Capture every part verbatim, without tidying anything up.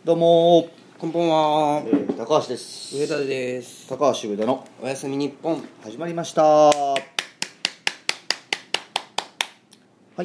どうもこんばんは、 えー、高橋です。 上田です。 高橋上田のおやすみ日本始まりました。はい、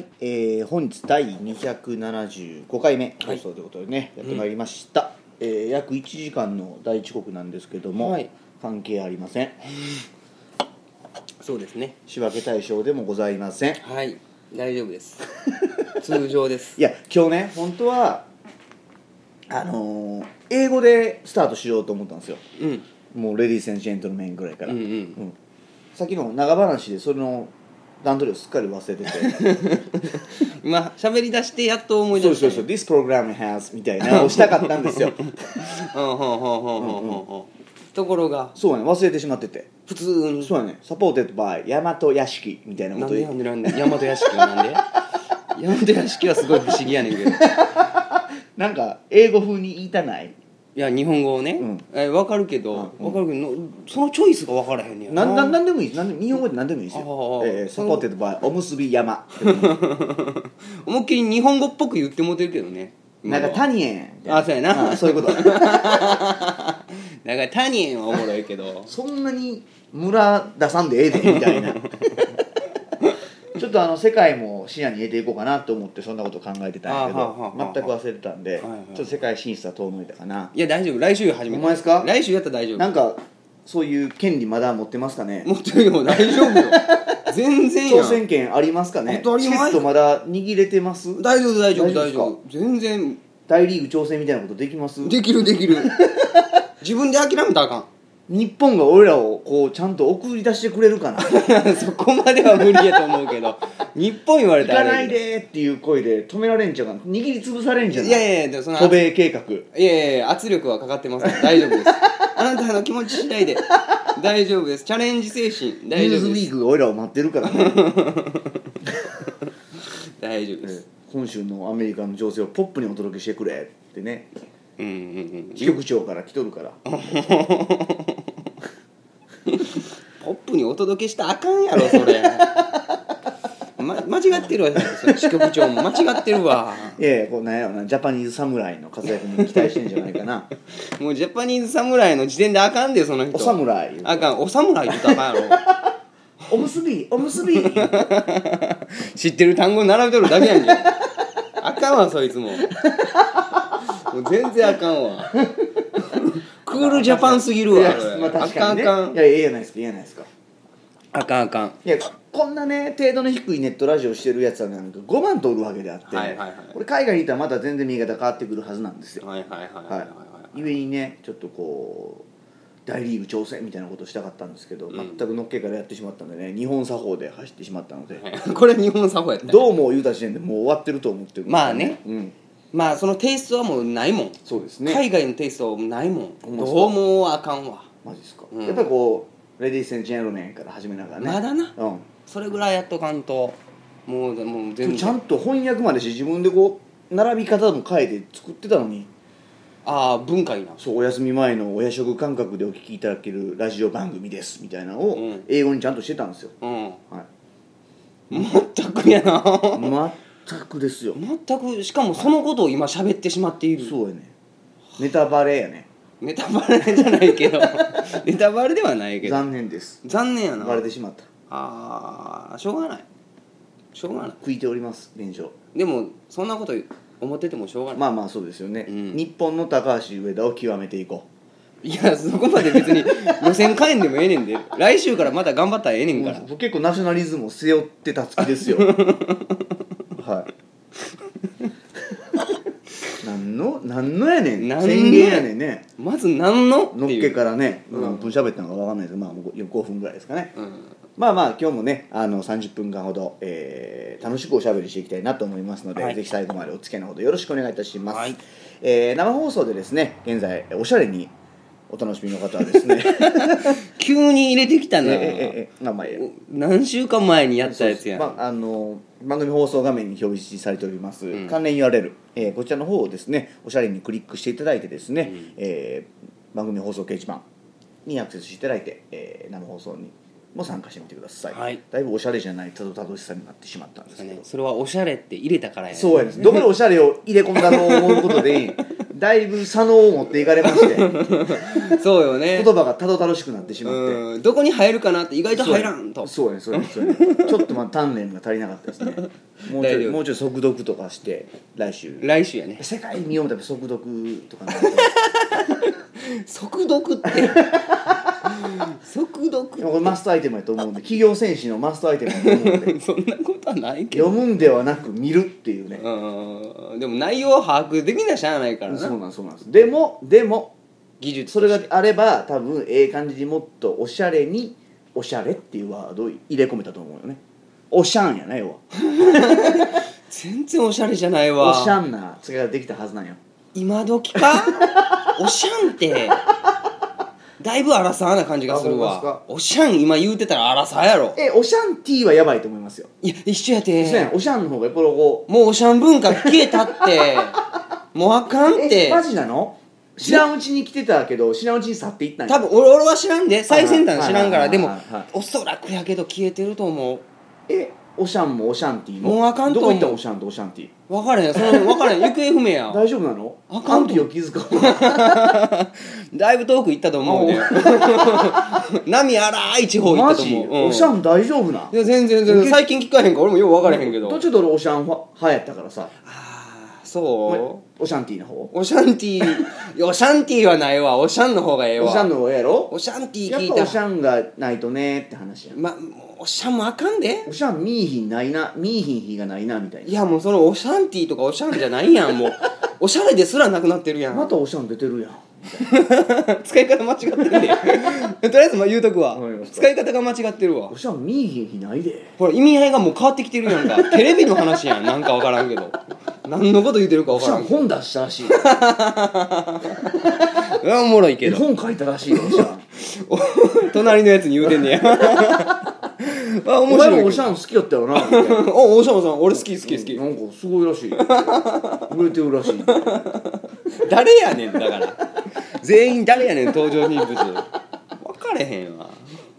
えー、本日だいにひゃくななじゅうごかいめ放送ということでね、はい、やってまいりました、うん、えー、約いちじかんの大遅刻なんですけども、はい、関係ありません。 そうですね、 仕分け対象でもございません。 はい、大丈夫です通常です。 いや今日ね本当はあのー、英語でスタートしようと思ったんですよ、うん、もうレディース&ジェントルメンぐらいから、うんうんうん、さっきの長話でそれの段取りをすっかり忘れてて今喋り出してやっと思い出した、ね、 そうそうそう This program has みたいなのをしたかったんですよところがそうね忘れてしまってて普通にそうねサポーテッドバイ大和屋敷みたいなことなんでなんでなんで大和屋敷なんで大和屋敷はすごい不思議やねんけどなんか英語風に言いたないいや日本語をね、うん、え分かるけど、うん、分かるけどそのチョイスが分からへんねやな。ななんでもいいです。なんで日本語で何でもいいですよ。えー、サポーテッドバイおむすび山思いっきり日本語っぽく言ってもてるけどね。 なんかタニエンあそうやなあそういうことなんかタニエンはおもろいけどそんなに村出さんでええでみたいなちょっとあの世界も視野に入れていこうかなと思ってそんなこと考えてたんやけど全く忘れてたんで、はいはい、ちょっと世界進出は遠のいたかな。 いや大丈夫来週始める。 お前ですか。 来週やったら大丈夫。 なんかそういう権利まだ持ってますかね。 持ってるよ大丈夫よ全然やん。 挑戦権ありますかね。 当たり前。 チケットまだ握れてます。 大丈夫大丈夫大丈夫全然大リーグ挑戦みたいなことできます。 できるできる自分で諦めたらあかん。 日本が俺らをこうちゃんと送り出してくれるかなそこまでは無理やと思うけど日本言われたら行かないでっていう声で止められんちゃうかな。握りつぶされんじゃない。 いやいやいやでもその渡米計画いやいや圧力はかかってます大丈夫ですあなたの気持ち次第で大丈夫です。チャレンジ精神大丈夫です。 ニューズウィークが俺らを待ってるからね大丈夫です、 今週のアメリカの情勢をポップにお届けしてくれってね、 うんうんうん、 支局長から来とるからポップにお届けしたらあかんやろそれ、ま、間違ってるわ支局長も間違ってるわ。 いやいやこうなんやろなジャパニーズ侍の活躍に期待してんじゃないかなもうジャパニーズ侍の時点であかんでその人。 お侍あかんお侍言うたらあかんやろおむすびおむすび知ってる単語並べとるだけやんけあかんわそいつももう全然あかんわクールジャパンすぎるわ。いや、 まあ確かにね、 あかんあかん。 いやいいやないですかいいやないですか。 あかんあかん。 いやこんなね程度の低いネットラジオしてるやつはなんかごまんとおるわけであって、はいはいはい、これ海外にいたらまた全然見方変わってくるはずなんですよ。はいはいはいはい、はい、ゆえにねちょっとこう大リーグ挑戦みたいなことをしたかったんですけど、うん、全くのっけからやってしまったんでね日本作法で走ってしまったので、はい、 これ日本作法やった、ね、 どうも言うた時点でもう終わってると思ってるんですよね。 まあね、 うん、 まあそのテイストはもうないもん。 そうですね海外のテイストはないもん。どうもあかんわ。 マジですか、うん、やっぱりこうレディース&ジェントルメンから始めながらねまだな、 うん、 それぐらいやっとかんともうもう全然ちゃんと翻訳までして自分でこう並び方も変えて作ってたのに。 ああ文化いいな。 そうお休み前のお夜食感覚でお聞きいただけるラジオ番組ですみたいなのを英語にちゃんとしてたんですよ、うん、はい、 全くやな全くですよ。 全くしかもそのことを今喋ってしまっている。 そうやねネタバレやね。 ネタバレじゃないけどネタバレではないけど残念です。 残念やな。 バレてしまった。 ああしょうがないしょうがない食いております現状。 でもそんなこと思っててもしょうがない。 まあまあそうですよね、うん、日本の高橋上田を極めていこう。いやそこまで別に予選変えんでもええねんで来週からまた頑張ったらええねんから。 結構ナショナリズムを背負ってたつきですよはい何の何のやねん宣言やねんね。 まず何ののっけからね何分喋ったのか分かんないですけど、まあごふんぐらいですかね、うん、まあまあ今日もねあのさんじゅっぷんかんほど、えー、楽しくおしゃべりしていきたいなと思いますので、はい、ぜひ最後までお付き合いのほどよろしくお願いいたします、はい、えー、生放送でですね現在おしゃれにお楽しみの方はですね急に入れてきたな、えーえー、まあまあ何週間前にやったやつやん。 まあ、あの番組放送画面に表示されております、うん、関連 ユーアールエル、えー、こちらの方をですねおしゃれにクリックしていただいてですね、うん、えー、番組放送掲示板にアクセスしていただいて、えー、生放送にも参加してみてください、はい、だいぶおしゃれじゃないたどたどしさになってしまったんですけど、ね、 それはおしゃれって入れたからやね。 そうやです。どこでおしゃれを入れ込んだと思うことでだいぶ左脳を持っていかれましてそうよね、 言葉がたどたどしくなってしまって、 うん、どこに入るかなって意外と入らんと。 そうやそうやそうやちょっとまあ鍛錬が足りなかったですね。もうちょいもうちょい速読とかして来週来週やね。 世界見ようと速読とかな速読って速読ってこれマストアイテムやと思うんで、企業戦士のマストアイテムやと思うんでそんなことはないけど、 読むんではなく見るっていうね。 うん、でも内容を把握できなしゃあないからな。 そうなんそうなんです。でもでも技術それがあれば多分ええ感じにもっとおしゃれにおしゃれっていうワードを入れ込めたと思うよね。おしゃんやな要は全然おしゃれじゃないわ。 おしゃんな使い方できたはずなんよ。 今時かおしゃんってだいぶ荒さな感じがするわ。おしゃん今言うてたら荒さやろ。 えおしゃん T はやばいと思いますよ。 いや一緒やて。 そうやん、おしゃんの方がやっぱりこうもうおしゃん文化消えたってもうあかんってえマジなの。知らんうちに来てたけど知らんうちに去っていったんや。 多分俺俺は知らんで、最先端知らんから。でもはいはいはいはいおそらくやけど消えてると思う。 えおしゃんもおしゃん T ももうあかんと思う。 どこ行ったおしゃんとおしゃん T 分からへん、その分からへん行方不明や大丈夫なの。 あかんと安否を気づかんだいぶ遠く行ったと思うね波荒い地方行ったとマジ、 思う、うん、 おしゃん大丈夫な。 いや全然全然最近聞かへんから俺もよう分からへんけど。 途中で俺おしゃん派やったからさ。 ああそうおしゃん T の方。 オシャンティーオシャンティーはないわ。オシャンの方がええわ。 おしゃんの方やろ。 オシャンティーやっ聞いた。 ぱおしゃんがないとねって話やん。 まオシャンもあかんで。 おしゃん見いひんないな見いひん日がないなみたいな。 いやもうそのオシャンティーとかオシャンじゃないやん。もうおしゃれですらなくなってるやん。 またおしゃん出てるやん。 使い方間違ってるでとりあえずまあ言うとくわ。使い方が間違ってるわ。 おしゃん見いひん日ないで。 ほら意味合いがもう変わってきてるやんか。テレビの話やん。なんか分からんけど何のこと言ってるか分からん。 おしゃん本出したらしい。 おもろいけど本書いたらしいよおしゃん。 隣のやつに言うてんねやあ面白い。 お前もおしゃん好きやったよな。 おおしゃんおしゃん俺好き好き好き。 なんかすごいらしい。売れてるらしい。 誰やねんだから全員誰やねん登場人物分かれへんわ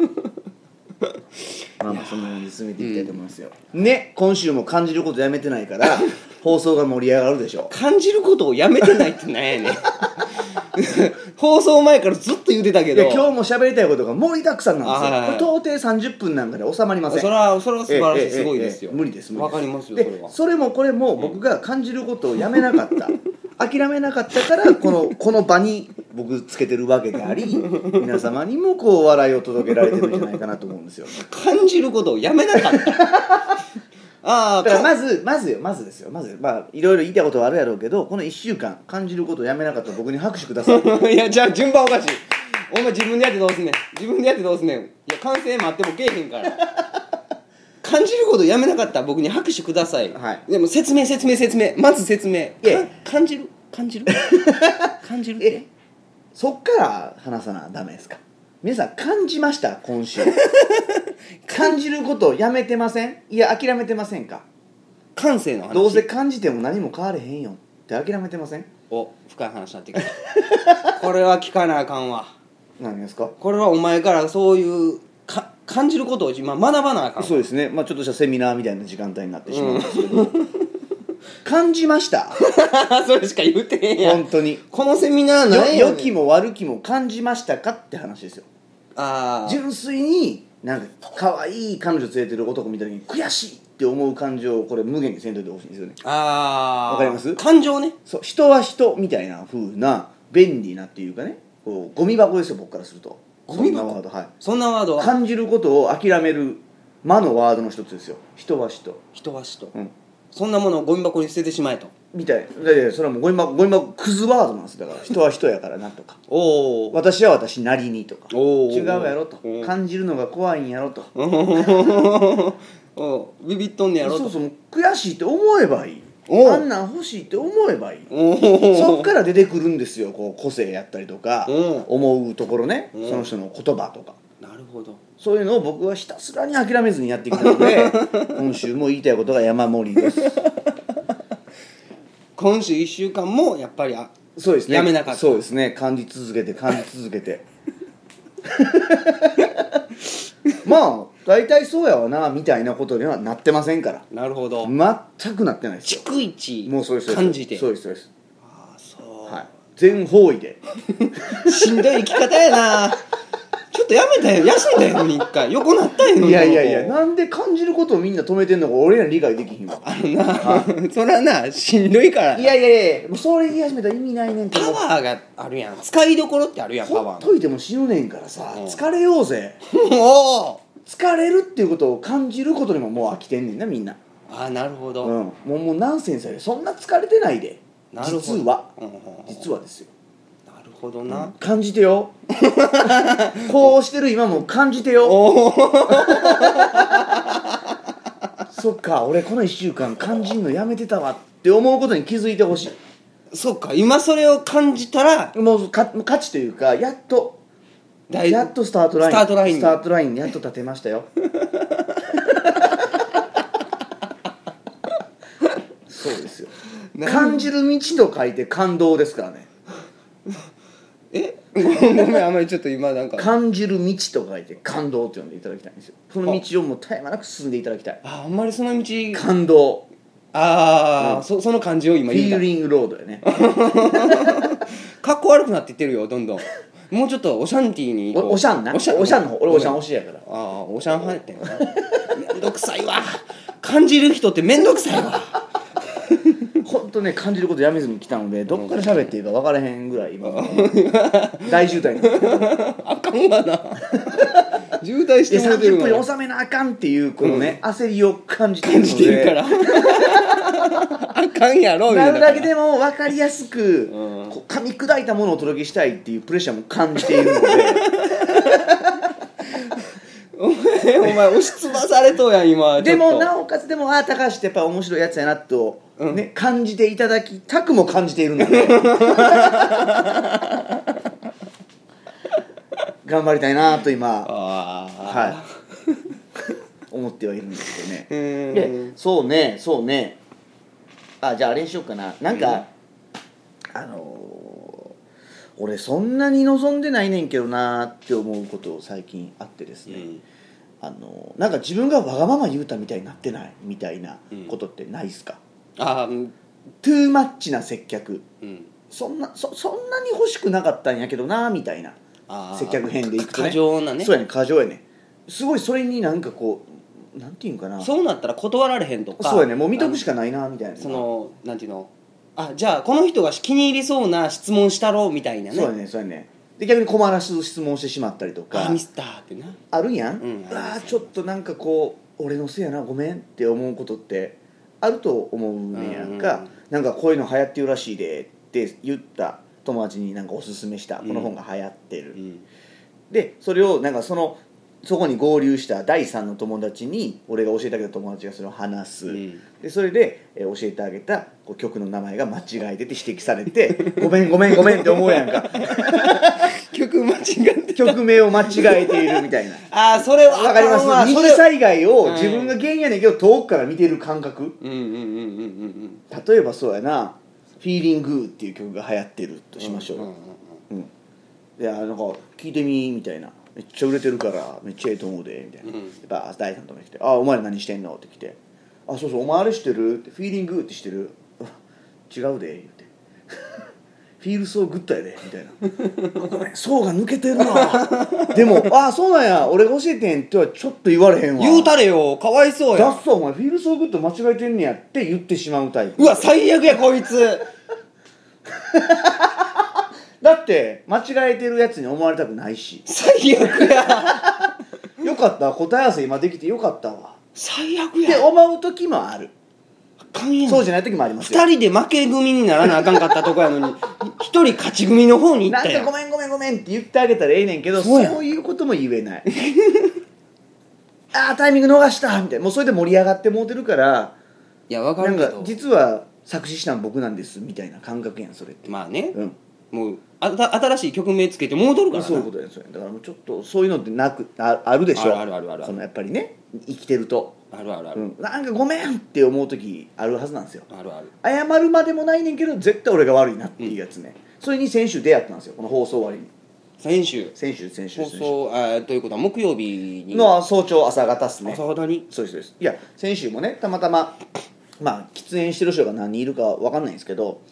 まあまあそんなように進めていきたいと思いますよ、うん、ね今週も感じることやめてないから放送が盛り上がるでしょ。 感じることをやめてないってなんやねん放送前からずっと言うてたけどいや今日も喋りたいことが盛りだくさんなんですよ、 はいはい、 これ到底さんじゅっぷんなんかで収まりません。 それはそれは素晴らしい、すごいですよ。 無理です無理です。 わかりますよ。 でそれはそれもこれも僕が感じることをやめなかった諦めなかったからこのこの場に僕つけてるわけであり皆様にもこう笑いを届けられてるんじゃないかなと思うんですよ。 感じることをやめなかったああだからまずまずよまずですよまずまあいろいろ言いたいことはあるやろうけどこのいっしゅうかん感じることをやめなかった僕に拍手くださいいやじゃあ順番おかしい。お前自分でやってどうすんねん。自分でやってどうすんねん。いや完成待ってもけえへんから感じることをやめなかった僕に拍手ください、 はい、 でも説明説明説明まず説明。 いや感じる感じる感じるってえそっから話さなダメですか。皆さん感じました今週感じることをやめてません。いや諦めてませんか。 感性の話。 どうせ感じても何も変われへんよって諦めてません。 お深い話になってきたこれは聞かなあかんわ。 何ですか。 これはお前からそういうか感じることを今学ばなあかん。 そうですね、まあ、ちょっとしたセミナーみたいな時間帯になってしまうんですけど、うん、感じましたそれしか言うてへんやん本当に。 このセミナー何よ良きも悪きも感じましたかって話ですよ。 あ純粋になんか可愛い彼女連れてる男見た時に悔しいって思う感情をこれ無限にせんといてほしいんですよね。 あわかります。 感情ね。 そう人は人みたいな風な便利なっていうかねこうゴミ箱ですよ僕からすると。 ゴミ箱。 そんなワード、はい、 そんなワードは感じることを諦める魔のワードの一つですよ。人は人人は人、 うん、 そんなものをゴミ箱に捨ててしまえとみたいな。いやいやそれはもうゴミ箱ゴミ箱クズワードなんですだから人は人やからなんとかおお私は私なりにとかお違うやろと感じるのが怖いんやろとおビビっとんねやろと。 そうそう悔しいって思えばいい。あんなん欲しいって思えばいい。そっから出てくるんですよこう個性やったりとか思うところねその人の言葉とか。 なるほど。 そういうのを僕はひたすらに諦めずにやってきたので今週も言いたいことが山盛りです今週いっしゅうかんもやっぱりあそうですねやめなかった。 そうですね感じ続けて感じ続けてまあ大体そうやわなみたいなことにはなってませんから。 なるほど。 全くなってないですよ。 逐一もうそうです感じて。 そうですそうです。 ああそはい、全方位でしんどい生き方やな。ちょっとやめたよ、休んだよに一回横なったよのに。 いやいやいや、なんで感じることをみんな止めてんのか俺ら理解できひんわ。 あのな、はい、そらなしんどいから。 いやいやいや、もうそれ言い始めたら意味ないねんけど。 パワーがあるやん、使いどころってあるやん。パワーほっといても死ぬねんからさ、うん、疲れようぜ。 お疲れるっていうことを感じることにももう飽きてんねんなみんな。 あ、なるほど、 うん、もうもうナンセンスやで、そんな疲れてないで。 なるほど、 実は、うん、実はですよ。 なるほどな、 うん、感じてよこうしてる今も感じてよそっか、俺このいっしゅうかん感じんのやめてたわって思うことに気づいてほしい。 そっか、今それを感じたらもうか価値というか、やっとやっとスタートラインスタートラインスタートラインやっと立てましたよそうですよ。感じる道と書いて感動ですからね。 えごめん、あんまりちょっと今なんか感じる道と書いて感動って呼んでいただきたいんですよ。その道をもう絶え間なく進んでいただきたい。 ああんまりその道感動、 ああ、 うん、 そ, その感じを今言ったフィーリングロードやねかっこ悪くなっていってるよどんどん。もうちょっとオシャンティーに行こう。 お, おしゃんな、おしゃんの方、俺おしゃん推しやから。 ああ、おしゃん派やってんなめんどくさいわ、感じる人ってめんどくさいわ本当ね、感じることやめずに来たので、どっから喋っていいか分からへんぐらい今、ね、大渋滞になってあかんわな渋滞してもらってるさんじゅっぷんに収めなあかんっていうこのね、うん、焦りを感じてるので、 感じてるからあかんやろみたいな。 なるだけでも分かりやすく、うん、こう噛み砕いたものをお届けしたいっていうプレッシャーも感じているのでお前、お前押しつばされとうやん今。 でもなおかつでも、ああ高橋ってやっぱ面白いやつやなと、うん、ね、感じていただきたくも感じているので頑張りたいなと今、はい思ってはいるんですけどね。で、そうねそうね、あ、じゃああれにしようかな。なんか、うん、あのー、俺そんなに望んでないねんけどなって思うこと最近あってですね、うん、あのー、なんか自分がわがまま言うたみたいになってないみたいなことってないっすか？ うん、あ、うん、 トゥーマッチな接客、うん、そんな そ, そんなに欲しくなかったんやけどなみたいな接客編でいくとね、 過剰なね、 そうやね、過剰やね、すごいそれになんかこうなんていうんかな、 そうなったら断られへんとか、 そうやね、もう見とくしかないなみたいな、 そのなんていうの、あ、じゃあこの人が気に入りそうな質問したろうみたいなね、 そうやねそうやね、で逆に困らす質問してしまったりとか、 あミスターってなあるやん、 うん、 ああちょっとなんかこう俺のせいやなごめんって思うことってあると思うねやんか、うん、なんかこういうの流行ってるらしいでって言った友達になんかおすすめした、この本が流行ってる、うん、でそれをなんかそのそこに合流しただいさんの友達に俺が教えてあげた友達がそれを話す、うん、でそれで、えー、教えてあげたこう曲の名前が間違えてて指摘されてごめんごめんごめんって思うやんか曲間違って曲名を間違えているみたいなあーそれは分かります。二次災害を自分が原因やねんけど遠くから見てる感覚、うんうんうんうんうん、例えばそうやな、フィーリングっていう曲が流行ってるとしましょう、うんうんうんうん、でなんか聞いてみみたいな、めっちゃ売れてるからめっちゃええと思うでみたいな、うん、バーッ第三とも来て、あお前ら何してんのって来て、あそうそうお前あれ知ってるってフィーリングって知ってる違うで言ってフィールソーグッドやでみたいなごめん層が抜けてるなでもあそうなんや俺が教えてんってはちょっと言われへんわ、 言うたれよかわいそうや、 だっさお前フィールソーグッド間違えてんねやって言ってしまうタイプ。 うわ最悪やこいつだって間違えてるやつに思われたくないし、 最悪やよかった答え合わせ今できてよかったわ、 最悪やって思う時もある、 あかんやん、 そうじゃない時もありますよ。 ふたりで負け組にならなあかんかったとこやのにひとり勝ち組の方に行ったやん。 なんかごめんごめんごめんって言ってあげたらええねんけど、そう、そういうことも言えないあータイミング逃したみたいな、もうそれで盛り上がってもうてるから、 いや分かるけど、 なんか実は作詞したの僕なんですみたいな感覚やんそれって。 まあね、 うん、 もうあた新しい曲名つけて戻るからな、 そういうことや、そうや、だからもうちょっとそういうのってなく あ, あるでしょ、 あるあるあるある、 そのやっぱりね生きてるとあるあるある、 うん、なんかごめんって思う時あるはずなんですよ。 あるある、 謝るまでもないねんけど絶対俺が悪いなっていうやつね、うん、それに先週出会ったんですよ、この放送終わりに。 先週先週先週放送あということは木曜日にの早朝朝方っすね。 朝方に、 そうですそうです。いや先週もねたまたままあ喫煙してる人が何人いるか分かんないんですけど、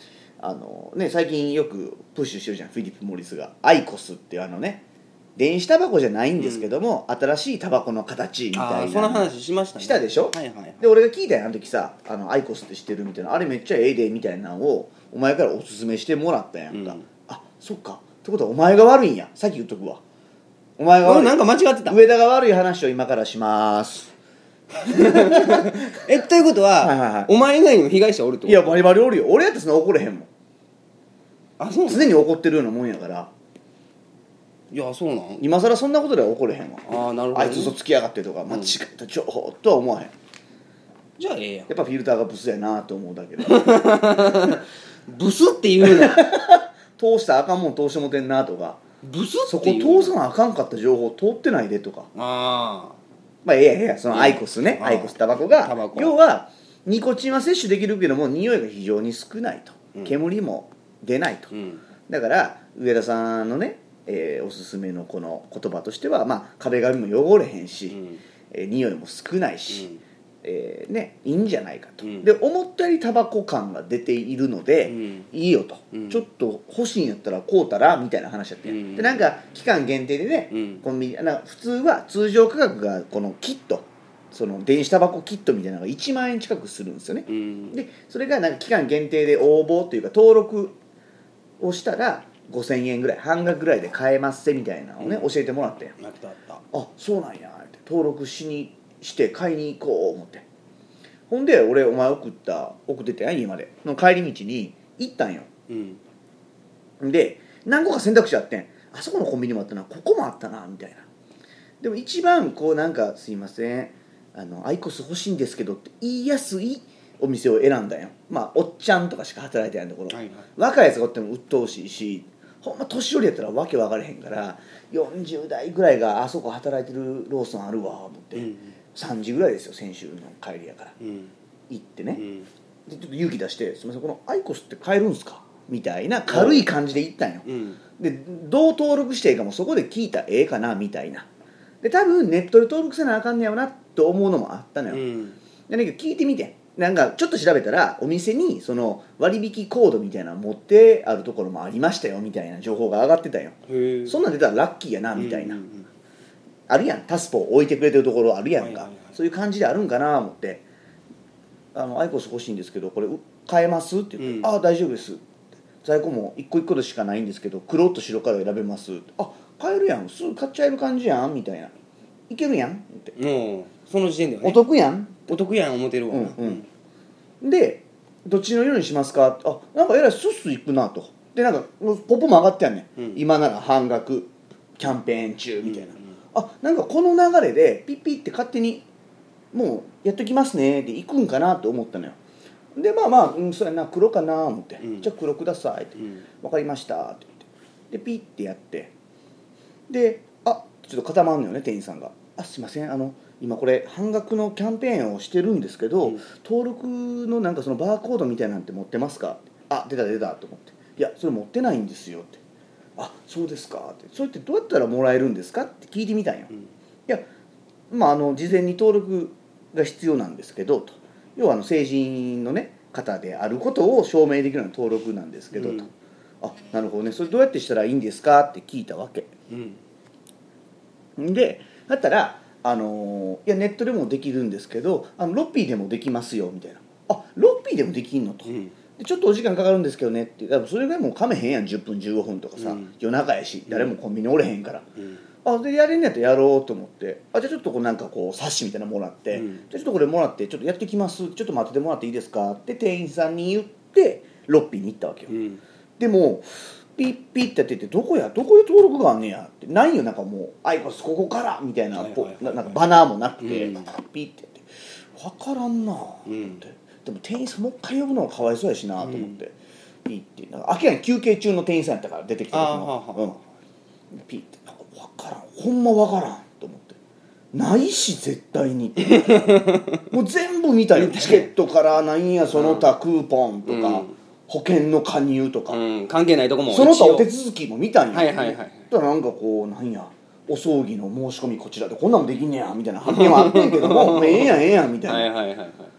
あのね最近よくプッシュしてるじゃんフィリップ・モリスがアイコスっていうあのね電子タバコじゃないんですけども、うん、新しいタバコの形みたいなその話しましたねしたでしょ、 はいはいはい、 で俺が聞いたよあの時さあのアイコスって知ってるみたいなあれめっちゃええでみたいなのをお前からおすすめしてもらったやんか、うん、あそっかってことはお前が悪いんやさっき言っとくわお前が悪いなんか間違ってた上田が悪い話を今からしますえということは、はいはいはい、お前以外にも被害者おるってこと？ いやバリバリおるよ俺やったらそんな怒れへんもんあそう常に怒ってるようなもんやからいやそうなん今更そんなことでは怒れへんわあなるほど、ね、 あいつ嘘つきやがってとか間違った情報とは思わへんじゃあええやんやっぱフィルターがブスやなと思うだけでブスって言うな通したらあかんもん通してもてんなとかブスそこ通さなあかんかった情報通ってないでとかああまあええやええやそのアイコスね、うん、アイコスタバコが要はニコチンは摂取できるけども匂いが非常に少ないと、うん、煙も出ないと、うん、だから上田さんのね、えー、おすすめのこの言葉としては、まあ、壁紙も汚れへんし、うんえー、匂いも少ないし、うんえーね、いいんじゃないかと、うん、で思ったよりタバコ感が出ているので、うん、いいよと、うん、ちょっと欲しいんやったら買うたらみたいな話だったやん、うん、でなんか期間限定でね、うん、コンビニな普通は通常価格がこのキットその電子タバコキットみたいなのがいちまんえん近くするんですよね、うん、でそれがなんか期間限定で応募というか登録をしたらごせんえんぐらい半額ぐらいで買えますせみたいなのをね、うん、教えてもらったやんあったあったあそうなんやって登録しにして買いに行こう思ってほんで俺お前送った送ってたやん家までの帰り道に行ったんよ、うん、で何個か選択肢あってんあそこのコンビニもあったなここもあったなみたいなでも一番こうなんかすいませんあのアイコス欲しいんですけどって言いやすいお店を選んだんよまあおっちゃんとかしか働いてないところ、はいはい、若いやつがおっても鬱陶しいしほんま年寄りやったらわけ分かれへんからよんじゅう代ぐらいがあそこ働いてるローソンあるわ思って、うん、さんじぐらいですよ先週の帰りやから、うん、行ってね、うん、でちょっと勇気出して「すみませんこのアイコスって買えるんすか?」みたいな軽い感じで行ったんよ、うん、でどう登録していいかもそこで聞いたらええかなみたいなで多分ネットで登録せなあかんねやろなと思うのもあったのよ、うん、でなんか聞いてみてなんかちょっと調べたらお店にその割引コードみたいなの持ってあるところもありましたよみたいな情報が上がってたよそんなん出たらラッキーやなみたいな、うんうんうん、あるやんタスポ置いてくれてるところあるやんか、はいはいはい、そういう感じであるんかなと思ってあのアイコス欲しいんですけどこれ買えますって言って、うん、ああ大丈夫です在庫も一個一個でしかないんですけど黒と白から選べますあ買えるやんすぐ買っちゃえる感じやんみたいないけるやんってもうその時点ではねお得やんお得やん思ってるわ、 うんうん、でどっちの色にしますかあなんかえらいスッスいくなとでなんかポップも上がってやんねん、うん、今なら半額キャンペーン中みたいな、うんうん、あなんかこの流れでピッピッって勝手にもうやっときますねっていくんかなと思ったのよでまあまあ、うん、そうやな黒かな思って、うん、じゃあ黒くださいって、うん、分かりましたって言ってでピッてやってであちょっと固まんのよね店員さんがあすいませんあの今これ半額のキャンペーンをしてるんですけど、うん、登録のなんかそのバーコードみたいなんて持ってますかあ出た出たと思っていやそれ持ってないんですよってあそうですかってそれってどうやったらもらえるんですかって聞いてみたんよ、うん、いやまああの事前に登録が必要なんですけどと要はあの成人のね方であることを証明できるような登録なんですけど、うん、とあなるほどねそれどうやってしたらいいんですかって聞いたわけ、うん、でだったらあのいやネットでもできるんですけどあのロッピーでもできますよみたいなあロッピーでもできんのと、うん、でちょっとお時間かかるんですけどねってそれぐらいもうかめへんやんじゅっぷんじゅうごふんとかさ、うん、夜中やし誰もコンビニおれへんから、うんあでやれんのやったらやろうと思ってあじゃあちょっとこうなんかこう冊子みたいなのもらって、うん、じゃあちょっとこれもらってちょっとやってきますちょっと待っててもらっていいですかって店員さんに言ってロッピーに行ったわけよ、うん、でもピッピッってやっててどこやどこで登録があんねやってないよなんかもうアイコスここからみたいな、はいはいはい、なんかバナーもなくて、うん、ピッてやって分からんなと思って、うん、でも店員さんもう一回呼ぶのがかわいそうやしなと思って、うん、ピッてなんか明らかに休憩中の店員さんやったから出てきた時も、うん、ピッて分からんほんま分からんと思ってないし絶対にもう全部見たよチケットからなんやその他クーポンとか、うん、保険の加入とか、 うん、関係ないとこもその他お手続きも見たんや、 はいはいはいはい、 だからなんかこうなんやお葬儀の申し込みこちらでこんなんもできんねやみたいな発見はあってんけどももうええやんええやんみたいな、 はいはいはいはい、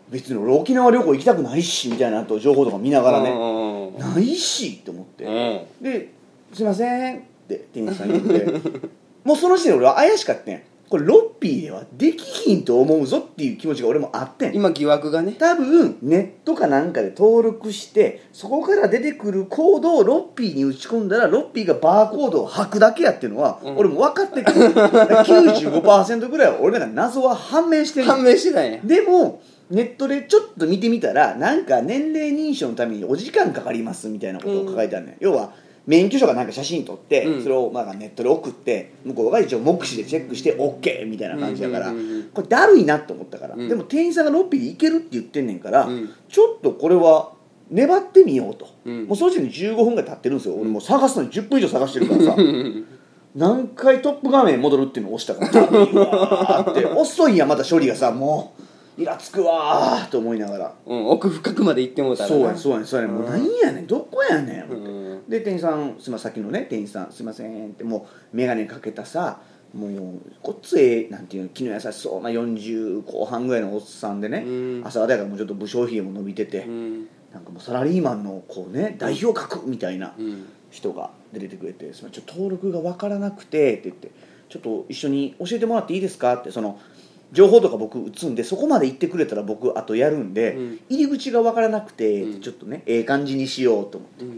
別に俺沖縄旅行行きたくないしみたいなと情報とか見ながらね、ないしって思って、ですいませんって店員さん言ってもうその時点で俺は怪しかったん、これロッピーではできひんと思うぞっていう気持ちが俺もあってん。 今疑惑がね、 多分ネットかなんかで登録してそこから出てくるコードをロッピーに打ち込んだらロッピーがバーコードを吐くだけやっていうのは、うん、俺も分かってるきゅうじゅうごパーセント ぐらいは俺ら謎は判明してる。 判明してないね。 でもネットでちょっと見てみたらなんか年齢認証のためにお時間かかりますみたいなことを書いてあるね、うん、要は免許証がなんか写真撮って、うん、それをまあネットで送って向こうが一応目視でチェックして OK みたいな感じだから、うんうんうんうん、これだるいなと思ったから、うん、でも店員さんがロッピーで行けるって言ってんねんから、うん、ちょっとこれは粘ってみようと、うん、もうその時点でじゅうごふんぐらい経ってるんですよ、うん、俺もう探すのにじゅっぷん以上探してるからさ何回トップ画面戻るっていうのを押したからだるいわーって遅いんやまた処理がさ、もうイラつくわーと思いながら、 うん、奥深くまで行ってもうたらそうやそうやそうや、もう何やねんどこやねん、うん、で店員さんすいません、さっきのね店員さんすいませんってもう眼鏡かけたさ、もうこっつえなんていうの気の優しそうなよんじゅうこう半ぐらいのおっさんでね、うん、朝方やからもうちょっと武将髭も伸びてて、うん、なんかもうサラリーマンのこうね代表格みたいな人が出てくれて、そのちょっと登録が分からなくてって言って、ちょっと一緒に教えてもらっていいですかって、その情報とか僕打つんでそこまで行ってくれたら僕あとやるんで、うん、入り口が分からなくて、うん、ちょっとねええ感じにしようと思って、うん、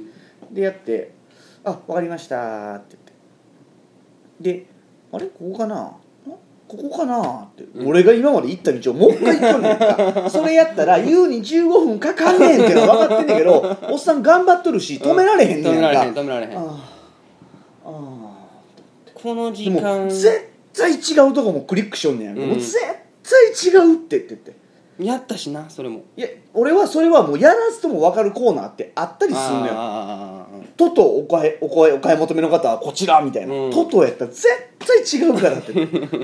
でやって「あ分かりました」って言って、で「あれここかなここかな?」って、うん、俺が今まで行った道をもう一回行っとんねんかそれやったら言うにじゅうごふんかかんねんっていうのは分かってんねんけどおっさん頑張っとるし止められへんねんか、 止められへん止められへん、ああこの時間絶対違うとこもクリックしよんねん、うん、もう絶対違うってって言ってやったしなそれも、 いや俺はそれはもうやらずとも分かるコーナーってあったりするのよ。トトお買いお買いお買い求めの方はこちらみたいな、うん、トトやったら絶対違うからって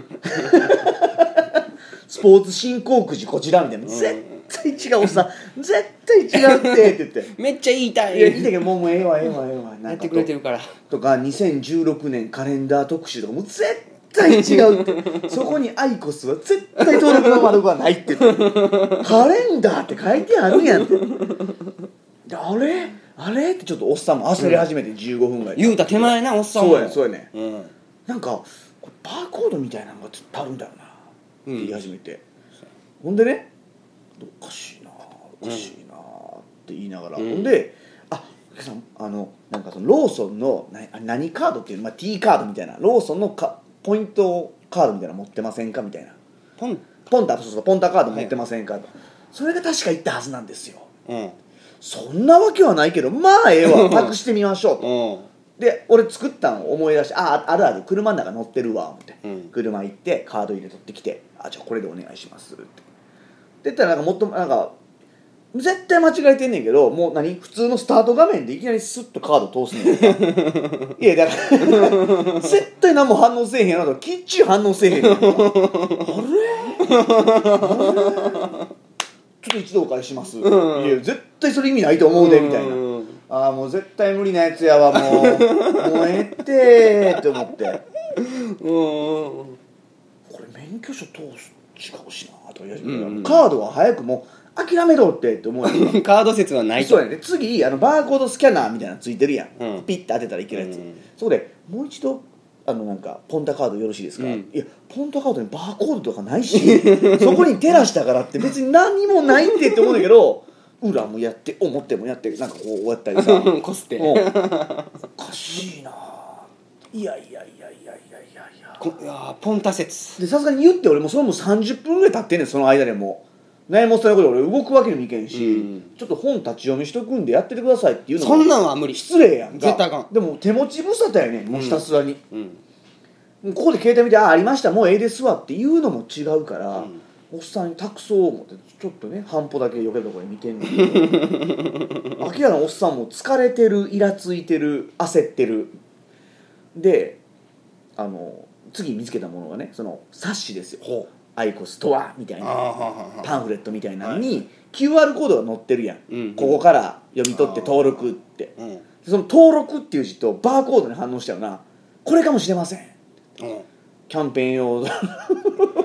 スポーツ振興くじこちらみたいな、うん、絶対違うおっさん絶対違うってって言ってめっちゃ言いたいいや言いたいけどもうもうええわええわええわやってくれてるからとかにせんじゅうろくねんカレンダー特集とかもう絶対違うってそこにアイコスは絶対登録の丸がないって言ってカレンダーって書いてあるやんってあれあれってちょっとおっさんも焦り始めてじゅうごふんぐらい、 言うた手前なおっさんもそうやそうやね、うん、なんかこれバーコードみたいなのがちょっとあるんだよなって言い始めて、うん、ほんでねおかしいなおかしいなって言いながら、うん、ほんでああのなんかそのローソンのな何カードっていうの、まあ、T カードみたいなローソンのかポイントカードみたいなの持ってませんかみたいなポンポンタそうそうポンタカード持ってませんか、はい、それが確か言ったはずなんですよ、うん、そんなわけはないけどまあええわ託してみましょうと、うん、で俺作ったのを思い出してああるある車の中乗ってるわ思って、うん、車行ってカード入れ取ってきてあじゃあこれでお願いしますって言ったらなんかもっとなんか絶対間違えてんねんけどもう何普通のスタート画面でいきなりスッとカード通すねんいやだから絶対何も反応せえへんやなときっちり反応せえへんやんあれあれちょっと一度お返しします、うん、いや絶対それ意味ないと思うでみたいな、うん、ああもう絶対無理なやつやわもうもうええってって思って、うん、これ免許証通す違うしなと、うん、カードは早くもう諦めろってって思うカード説はないとそうやね次あのバーコードスキャナーみたいなのついてるやん、うん、ピッて当てたらいけるやつ、うん、そこでもう一度あのなんかポンタカードよろしいですか、うん、いやポンタカードにバーコードとかないしそこに照らしたからって別に何もないってって思うんだけど裏もやって表もやってなんかこうやったりさこすっておかしいないやいやいやいやいやいやいやポンタ説でさすがに言って俺もそれもさんじゅっぷんぐらい経ってんねんその間でも悩もしたいことで俺動くわけにもいけんし、うん、ちょっと本立ち読みしとくんでやっててくださいっていうのもそんなんは無理失礼やんか絶対あかんでも手持ち無沙汰やねんもうひたすらに、うんうん、ここで携帯見てあありましたもうええですわっていうのも違うから、うん、おっさんに託そう思ってちょっとね半歩だけよけるところで見てんねんけど明らかにおっさんも疲れてるイラついてる焦ってるであの次見つけたものがねその冊子ですよほうアイコスとはみたいなパンフレットみたいなのに、はい、キューアール コードが載ってるやん、うんうん、ここから読み取って登録って、うん、その登録っていう字とバーコードに反応したよなこれかもしれません、うん、キャンペーン用キ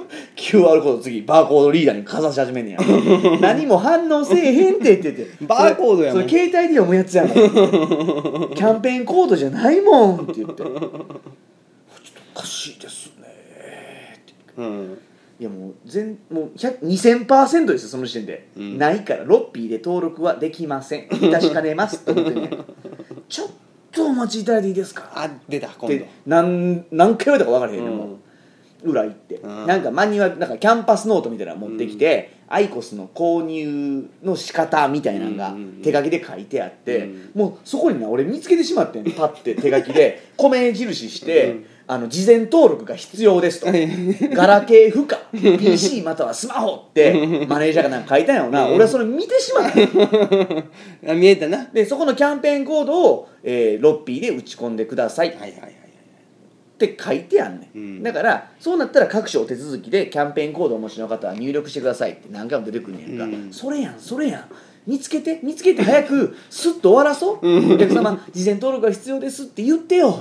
キューアール コード次バーコードリーダーにかざし始めんねや何も反応せえへんってって言ってバーコードやもんそれ携帯で読むやつやもんキャンペーンコードじゃないもんって言ってちょっとおかしいですねって、うん、いやもう全もうにせんパーセントですよその時点で、うん、ないからロッピーで登録はできません致しかねますって思ってねちょっとお待ちいただいていいですかあ出た今度何何回言われたか分からへんね、うん、もう裏行って、うん、なんかマニュアルなんかキャンパスノートみたいなの持ってきて、うん、アイコスの購入の仕方みたいなのが手書きで書いてあって、うん、もうそこにな俺見つけてしまってんパッて手書きで米印して、うん、あの事前登録が必要ですとガラケー不可 ピーシー またはスマホってマネージャーがなんか書いたんやろな、うん、俺はそれ見てしまった見えたなでそこのキャンペーンコードを、えー、ロッピーで打ち込んでください、はいはいはいって書いてあんねん、うん、だからそうなったら各種お手続きでキャンペーンコードをお持ちの方は入力してくださいって何回も出てくんねんか、うん、それやんそれやん見つけて見つけて早くスッと終わらそう、うん、お客様事前登録が必要ですって言ってよ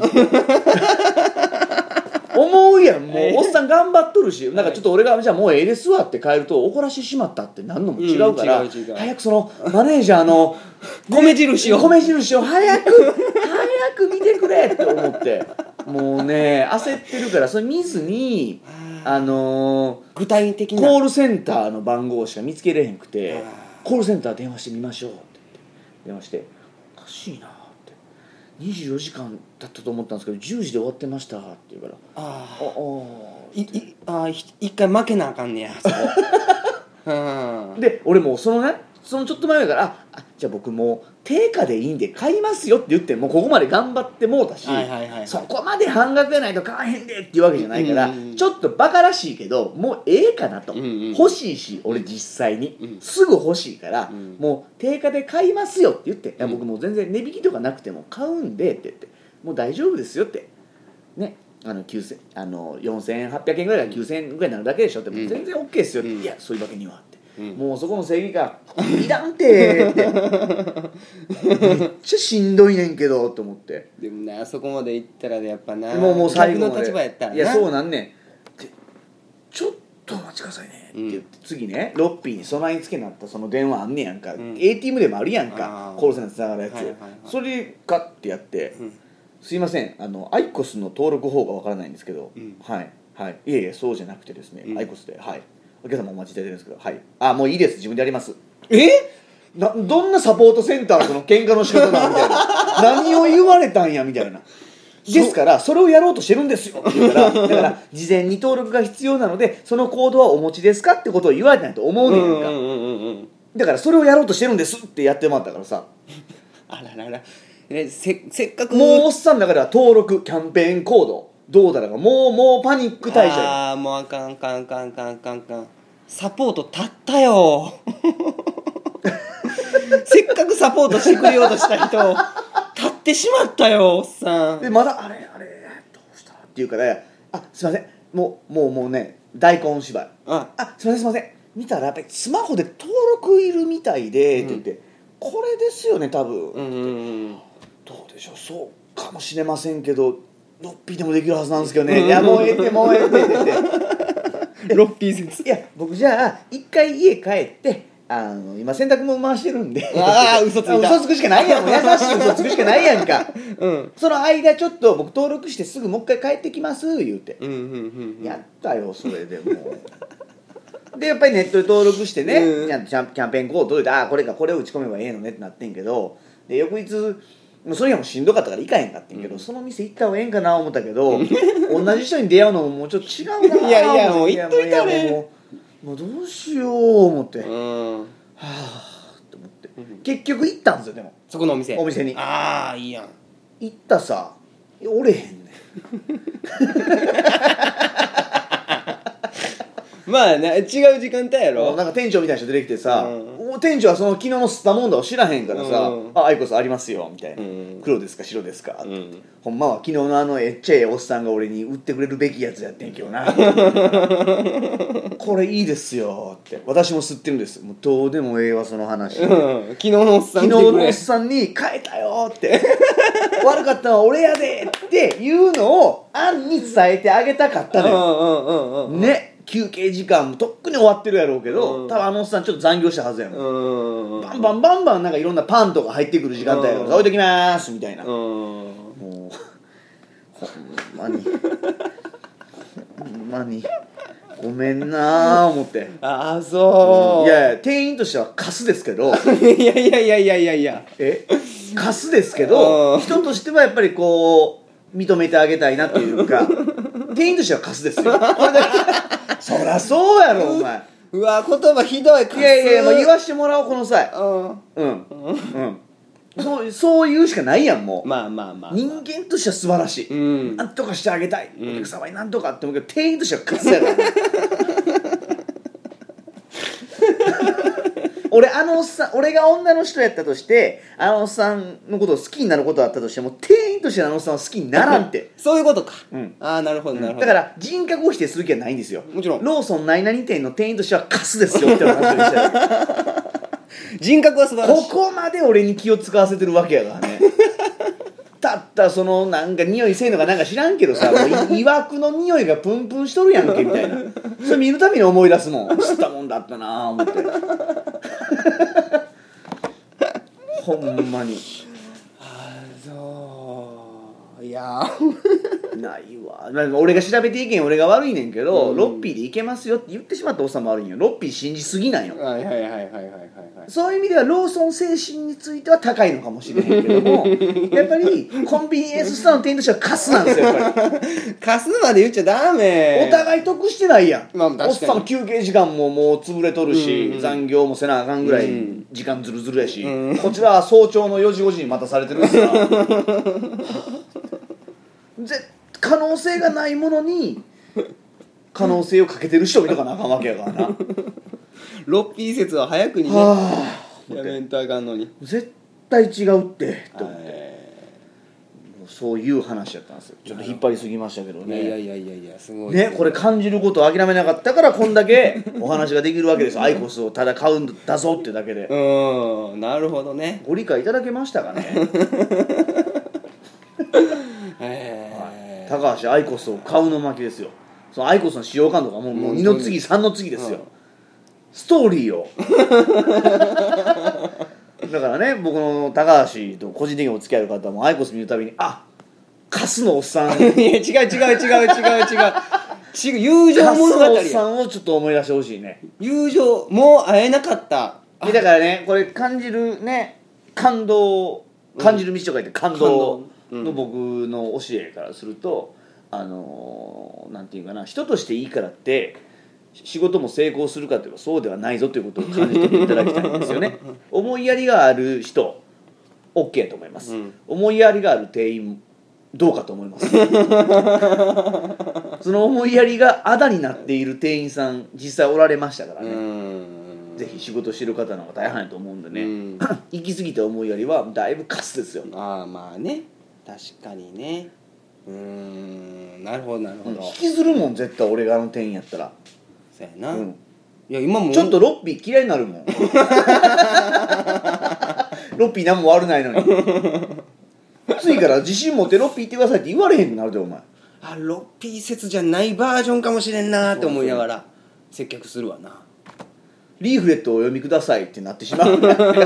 思うやんもうおっさん頑張っとるしなんかちょっと俺がじゃあもうええですわって帰ると怒らしてしまったってなんのも違うから、うん、違う違う早くそのマネージャーの米印を米印を早く早く見てくれって思ってもうね焦ってるからそれ見ずにあのー、 具体的なコールセンターの番号しか見つけれへんくてコールセンター電話してみましょうって言って電話しておかしいなってにじゅうよじかん経ったと思ったんですけどじゅうじで終わってましたって言うからあああいいあ一回負けなあかんねやそこで俺もうそのねそのちょっと前からああじゃあ僕もう定価でいいんで買いますよって言ってもうここまで頑張ってもうたし、はいはいはいはい、そこまで半額やないと買わへんでっていうわけじゃないから、うんうん、ちょっとバカらしいけどもうええかなと、うんうん、欲しいし俺実際に、うん、すぐ欲しいから、うん、もう定価で買いますよって言って、うん、いや僕もう全然値引きとかなくても買うんでって言ってもう大丈夫ですよってねあのきゅうせんあのよんせんはっぴゃくえんぐらいがきゅうせんえんぐらいになるだけでしょってもう全然 OK ですよって、うん、いやそういうわけにはってうん、もうそこの正義感いらんてってめっちゃしんどいねんけどと思ってでもなそこまで行ったらやっぱなもうもう最後の立場やったらないやそうなんねんってちょっとお待ちくださいねって言って、うん、次ねロッピーに備え付けになったその電話あんねやんか、うん、エーティーエム でもあるやんかコールセンターつながるやつ、はいはいはい、それガッてやって、うん、すいませんあのアイコスの登録方がわからないんですけど、うん、はいはいいえいえそうじゃなくてですね、うん、アイコスではいお客様お待ちいただいてるんですけどはいあもういいです自分でやりますえなどんなサポートセンターのその喧嘩の仕方だみたいな何を言われたんやみたいなですからそれをやろうとしてるんですよって言うからだから事前に登録が必要なのでそのコードはお持ちですかってことを言われたんやと思うねんか、うんうんうんうん、だからそれをやろうとしてるんですってやってもらったからさあらららえ せ, せっかくもうおっさんの中では登録キャンペーンコードどうだろうかもうもうパニック退社ああもうあかんあかんあかんあかんあかんあかんサポート立ったよせっかくサポートしてくれようとした人立ってしまったよおっさんでまだあれあれどうしたって言うからあすいませんもうもうもうね大根芝居ああすいませんすいません見たらやっぱりスマホで登録いるみたいで、うん、って言ってこれですよね多分、うんうんうん、どうでしょうそうかもしれませんけどロッピーでもできるはずなんですけどねいやもうええってもうええってってってロッピー説いや僕じゃあ一回家帰ってあの今洗濯物回してるんでああ嘘ついた嘘つくしかないやんもう優しい嘘つくしかないやんか、うん、その間ちょっと僕登録してすぐもう一回帰ってきます言うて、うんうんうんうん、やったよそれでもうでやっぱりネットで登録してね、うん、キャンペーンコード届いてああこれかこれを打ち込めばええのねってなってんけどで翌日もうそれがもうしんどかったから行かへんかってんけど、うん、その店行った方がええんかな思ったけど同じ人に出会うのももうちょっと違うないやいやもう行っといたねもう、もうどうしよう思って、うん、はあって思って、うん、結局行ったんですよでもそこのお店お店にああいいやん行ったさおれへんねんまあね違う時間帯やろなんか店長みたいな人出てきてさ、うん、店長はその昨日の吸ったもんだを知らへんからさ、うん、あアイコスありますよみたいな、うん、黒ですか白ですか、うん、ほんまは昨日のあのえっちゃええおっさんが俺に売ってくれるべきやつやってんけどなこれいいですよって私も吸ってるんですもうどうでもええわその話、うん、 昨日のおっさん昨日のおっさんに変えたよって悪かったのは俺やでっていうのをアンに伝えてあげたかったのよ、うんうんうんうん、ね休憩時間もとっくに終わってるやろうけど、うん、多分あのおっさんちょっと残業したはずやもん、うん、バンバンバンバンなんかいろんなパンとか入ってくる時間帯やから、うん、置いときまーすみたいな、うん、もうほんまにほんまにごめんなー思って。 ああそう、 うん、いやいや店員としてはカスですけどいやいやいやいやいやいやえカスですけど人としてはやっぱりこう認めてあげたいなっていうか店員としてはカスですよこれだけそりゃそうやろお前。 うわ言葉ひどいカス。 いやいやもう言わしてもらおうこの際。うんうんうんそうそう言うしかないやんもう。 まあまあまあ、まあ、 人間としては素晴らしい、うん、なんとかしてあげたい、うん、お客様になんとかって思うけど店員としてはカスやから俺あのおっさん俺が女の人やったとしてあのおっさんのことを好きになることだったとしても店員としてあのおっさんは好きにならんってそういうことか、 うん、 ああなるほどなるほど、 だから人格を否定する気はないんですよ。 もちろんローソン何々店の店員としてはカスですよって話をした人格は素晴らしい。 ここまで俺に気を使わせてるわけやからねたったそのなんか匂いせえのかなんか知らんけどさもういわくの匂いがプンプンしとるやんけみたいなそれ見るたびに思い出すもん知ったもんだったなぁ思ってほんまに。 あそういやないわ。なんか俺が調べていけん俺が悪いねんけど、うん、ロッピーでいけますよって言ってしまったおっさんも悪いんよ。ロッピー信じすぎなんよ。 はいはいはいはいはいはい。 そういう意味ではローソン精神については高いのかもしれへんけどもやっぱりコンビニエンスストアの店員としてはカスなんですよやっぱりカスまで言っちゃダメ。 お互い得してないやん、 まあ、確かに。 おっさん休憩時間ももう潰れとるし、うんうん、残業もせなあかんぐらい時間ずるずるやし、うん、こちらは早朝のよじごじに待たされてるんですよぜ可能性がないものに可能性をかけてる人もいとかなあかんわけやからなロッピー説は早くにね、はあ、やめんとあかんのに絶対違うってって思って、もうそういう話やったんですよ。ちょっと引っ張りすぎましたけどね。 いやいやいやいやすごいね。これ感じることを諦めなかったからこんだけお話ができるわけですアイコスをただ買うんだぞってだけで。 うんなるほどね。 ご理解いただけましたかねえー、 高橋アイコスを買うの巻ですよ。そのアイコスの使用感とかもうにの次さんの次ですよ、うん、ストーリーをだからね僕の高橋と個人的にお付き合いの方もアイコス見るたびにあカスのおっさんいや違う違う違う違う違う違う友情物語やカスのおっさんをちょっと思い出してほしいね。 友情もう会えなかっただからねこれ感じるね感動感じる道と書いて感動の僕の教えからすると、あのなんていうかな人としていいからって仕事も成功するかというとそうではないぞということを感じ取っていただきたいんですよね思いやりがある人 OK と思います、うん、思いやりがある店員どうかと思いますその思いやりがあだになっている店員さん実際おられましたからね。ぜひ仕事してる方の方が大変やと思うんでね、うん、行き過ぎた思いやりはだいぶカスですよ。 ああまあね確かにね。うーんなるほどなるほど、 引きずるもん絶対俺があの店員やったら。 そうやな、うん、いや今もちょっとロッピー嫌いになるもんロッピー何も悪ないのに次から自信持ってロッピー行ってくださいって言われへんくなるでお前。 あロッピー説じゃないバージョンかもしれんなって思いながら接客するわな。 リーフレットをお読みくださいってなってしまう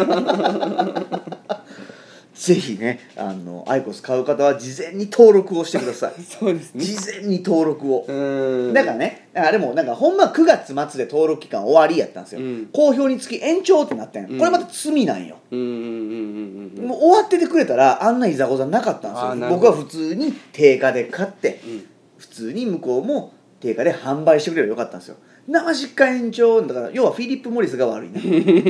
ぜひねあのアイコス買う方は事前に登録をしてくださいそうですね事前に登録を。うんだからねあれもなんかほんまくがつ末で登録期間終わりやったんですよ、うん、好評につき延長ってなったんや、うん、これまた罪なんよ。うんうんうんうんもう終わっててくれたらあんないざこざなかったんですよ。僕は普通に定価で買って、うん、普通に向こうも定価で販売してくれればよかったんですよ。生実家延長だから要はフィリップ・モリスが悪いな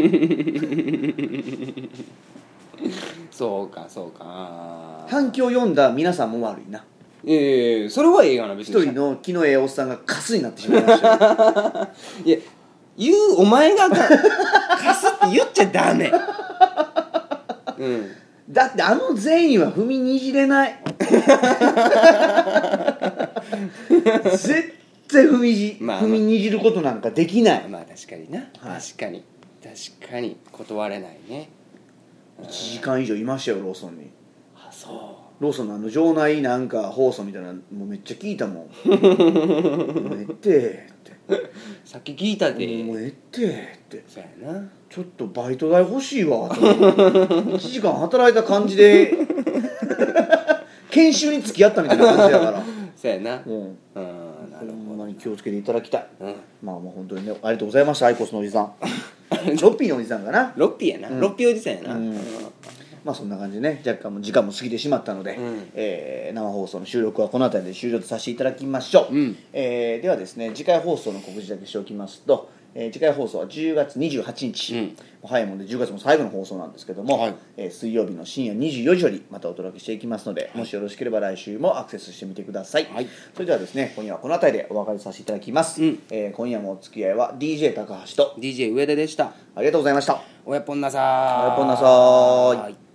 そうかそうか反響を読んだ皆さんも悪いな。 ええー、それはええがな別に。 一人の気のええおっさんがカスになってしまいましたいや言うお前がカスって言っちゃダメうんだってあの善意は踏みにじれない絶対踏みじ、まあまあ、踏みにじることなんかできない。 まあ確かにな、はい、確かに確かに断れないね。 いちじかん以上いましたよローソンに。 あそうローソンのあの場内なんか放送みたいなもうめっちゃ聞いたもん寝てってさっき聞いたでもうええってってそうやなちょっとバイト代欲しいわといちじかん働いた感じで研修に付き合ったみたいな感じだからそうやなうん、 うんなるほんまに気をつけていただきたい、 うん、 まあもう本当にねありがとうございましたアイコスのおじさんロッピーのおじさんかなロッピーやな、うん、ロッピーおじさんやな、 うんまあそんな感じでね若干も時間も過ぎてしまったので、 うんえー生放送の収録はこの辺りで終了とさせていただきましょう、 うんえーではですね次回放送の告知だけしておきますと、えー次回放送はじゅうがつにじゅうはちにち、 うん早いもんでじゅうがつも最後の放送なんですけども、 はいえー水曜日の深夜にじゅうよじよりまたお届けしていきますので、もしよろしければ来週もアクセスしてみてください、 はいそれではですね今夜はこの辺りでお別れさせていただきます、 うんえー今夜もお付き合いは ディージェー 高橋とディージェー 上田でした。 ありがとうございました。 おやっぽんなさーい。 おやっぽんなさーい。